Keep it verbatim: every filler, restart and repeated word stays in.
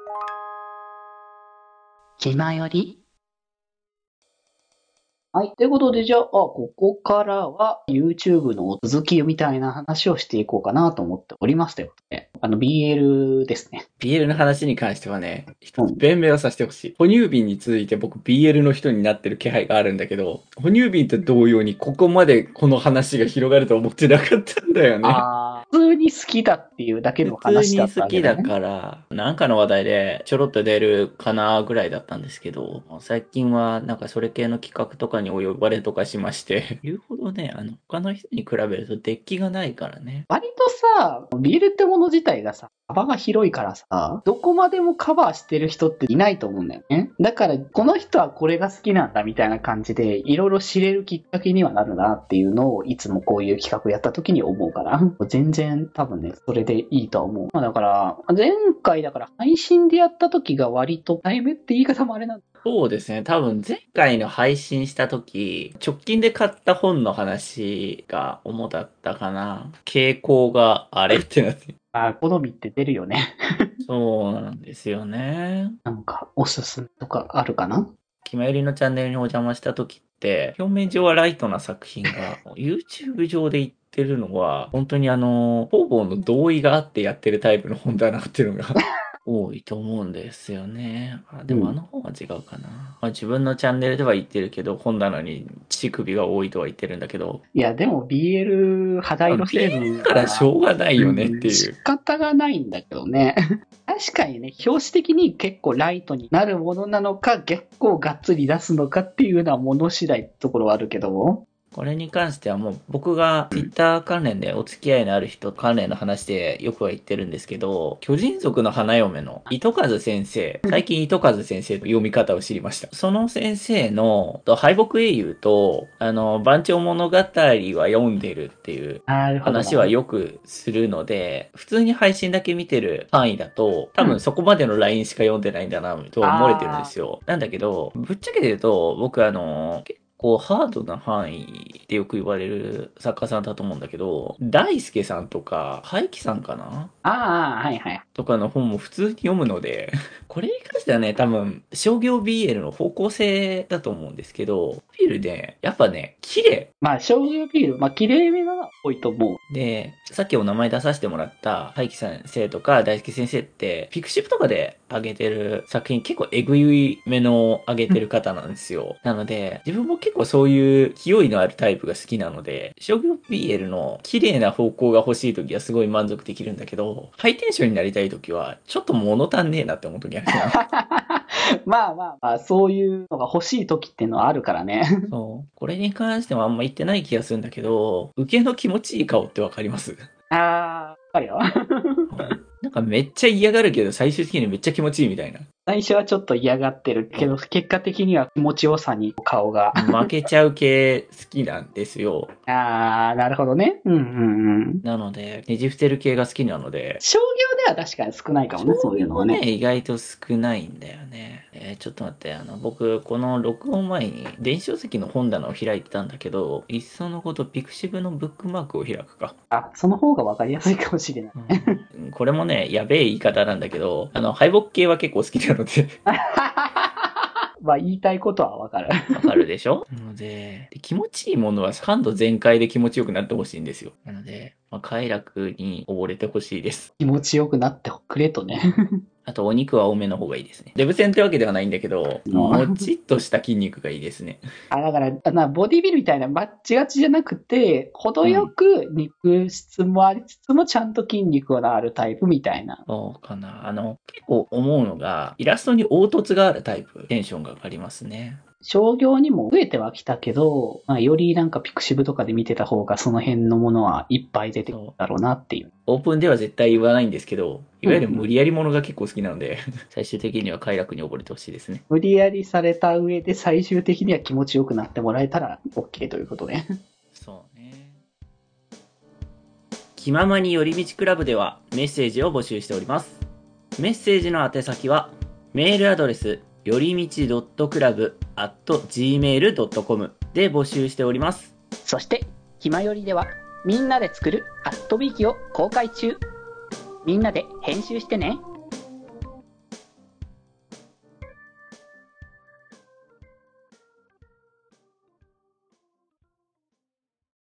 気まより。はい。ということで、じゃあ、ここからは YouTube の続きみたいな話をしていこうかなと思っておりますということで、あの ビーエル ですね。 ビーエル の話に関してはね、一つ弁明をさせてほしい。哺乳瓶に続いて僕 ビーエル の人になってる気配があるんだけど、哺乳瓶と同様にここまでこの話が広がると思ってなかったんだよね。 ああ、普通に好きだっていうだけの普通に話だった好きだわけだね。 から、なんかの話題でちょろっと出るかなぐらいだったんですけど、最近はなんかそれ系の企画とかにお呼ばれとかしまして、言うほどね、あの、他の人に比べるとデッキがないからね。 割とさ、ビールってもの自体がさ、幅が広いからさ、どこまでもカバーしてる人っていないと思うんだよね。だから、この人はこれが好きなんだみたいな感じで、いろいろ知れるきっかけにはなるなっていうのを、いつもこういう企画やった時に思うから、全然多分ね、それでいいとは思う。まあだから、前回だから配信でやった時が割とタイムって言い方もあれなんだ。 そうですね。多分前回の配信した時、直近で買った本の話が主だったかな。傾向があれってなって。 あ、好みって出るよね。 そうなんですよね。 なんか、おすすめとかあるかな？ 気まよりのチャンネルにお邪魔した時って、表面上はライトな作品が、YouTube 上で言ってるのは、本当にあの、方々の同意があってやってるタイプの本だなっていうのが多いと思うんですよね。あ、でもあの本は違うかな。まあ、自分のチャンネルでは言ってるけど、本棚に乳首が多いとは言ってるんだけど。 いや、でも ビーエル 肌色成分だからしょうがないよねっていう。 仕方がないんだけどね。確かにね、表紙的に結構ライトになるものなのか、結構がっつり出すのかっていうのはもの次第ってところはあるけども。 これに関してはもう僕が Twitter 関連でお付き合いのある人関連の話でよくは言ってるんですけど、巨人族の花嫁の糸数先生、最近糸数先生の読み方を知りました。その先生の敗北英雄と、あの、番長物語は読んでるっていう話はよくするので、普通に配信だけ見てる範囲だと、多分そこまでの ライン しか読んでないんだなと思われてるんですよ。なんだけど、ぶっちゃけて言うと、僕あの、こう、ハードな範囲ってよく言われる作家さんだと思うんだけど、大輔さんとか、廃棄さんかなああ、はいはい。 とかの本も普通に読むので、これに関してはね、多分、商業 ビーエル の方向性だと思うんですけど、ビールで、やっぱね、綺麗。 まあ、商業ビール、まあ、綺麗めなのは多いと思う。 で、さっきお名前出させてもらった廃棄先生とか大輔先生って、ピクシブとかで上げてる作品結構エグいめの上げてる方なんですよ。なので、自分も結構そういう勢いのあるタイプが好きなので、商業 ビーエル の綺麗な方向が欲しい時はすごい満足できるんだけど、ハイテンションになりたい時は、ちょっと物足んねえなって思う時あるな。 まあまあまあ、そういうのが欲しい時っていうのはあるからね。 そう。これに関してもあんま言ってない気がするんだけど、受けの気持ちいい顔ってわかります？ ああ、わかるよ。 なんかめっちゃ嫌がるけど最終的にめっちゃ気持ちいいみたいな。 最初はちょっと嫌がってるけど、結果的には気持ちよさに顔が。 負けちゃう系好きなんですよ。 あー、なるほどね。うんうんうん。 なので、ねじ伏せる系が好きなので。 商業では確かに少ないかもね、そういうのはね。 ね、意外と少ないんだよね。えー、ちょっと待って、あの、僕、この録音前に電子書籍の本棚を開いてたんだけど、いっそのことピクシブのブックマークを開くか。 あ、その方がわかりやすいかもしれない。 うん、これもね、やべえ言い方なんだけど、あの、敗北系は結構好きなので。 まあ言いたいことはわかる。 わかるでしょ？なので、で気持ちいいものは感度全開で気持ちよくなってほしいんですよ。なので、まあ、快楽に溺れてほしいです。 気持ちよくなってくれとね。 あと、お肉は多めの方がいいですね。デブ戦ってわけではないんだけど、もちっとした筋肉がいいですね。 あ、だから、なボディビルみたいなバッチガチじゃなくて、程よく肉質もありつつもちゃんと筋肉があるタイプみたいな。 そうかな。あの、結構思うのが、イラストに凹凸があるタイプ、テンションが上がりますね。 商業にも増えてはきたけど、まあ、よりなんかピクシブとかで見てた方がその辺のものはいっぱい出てくるだろうなっていう。 オープンでは絶対言わないんですけど、いわゆる無理やりものが結構好きなので、うんうん、最終的には快楽に溺れてほしいですね。 無理やりされた上で最終的には気持ちよくなってもらえたら OK ということで。 そうね。気ままに寄り道クラブではメッセージを募集しております。メッセージの宛先は、メールアドレス、よりみち .club アット ジーメール ドットコム で募集しております。 そして、ひまよりでは、みんなで作るアットビーキを公開中。みんなで編集してね。